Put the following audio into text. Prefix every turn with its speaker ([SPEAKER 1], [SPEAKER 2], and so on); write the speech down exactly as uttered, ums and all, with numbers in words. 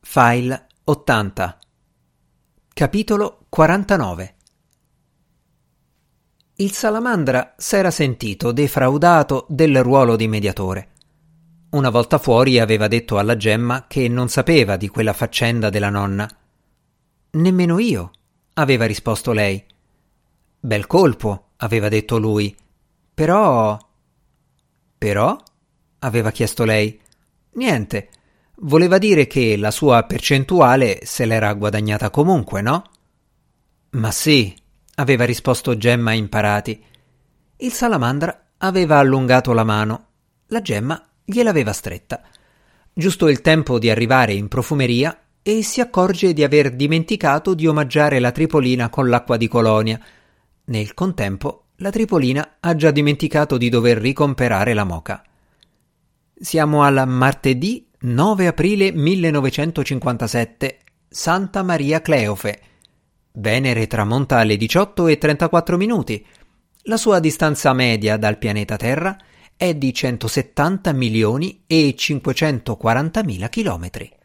[SPEAKER 1] File ottanta. Capitolo quarantanove. Il Salamandra s'era sentito defraudato del ruolo di mediatore. Una volta fuori aveva detto alla Gemma che non sapeva di quella faccenda della nonna. «Nemmeno io», aveva risposto lei. «Bel colpo», aveva detto lui. «Però...» «Però?» aveva chiesto lei. «Niente. Voleva dire che la sua percentuale se l'era guadagnata comunque, no?» «Ma sì», aveva risposto Gemma imparati. Il Salamandra aveva allungato la mano. La Gemma gliel'aveva stretta. Giusto il tempo di arrivare in profumeria e si accorge di aver dimenticato di omaggiare la Tripolina con l'acqua di colonia. Nel contempo, la Tripolina ha già dimenticato di dover ricomperare la moka. Siamo al martedì nove aprile millenovecentocinquantasette, Santa Maria Cleofe. Venere tramonta alle diciotto e trentaquattro minuti. La sua distanza media dal pianeta Terra è di centosettanta milioni e cinquecentoquarantamila chilometri.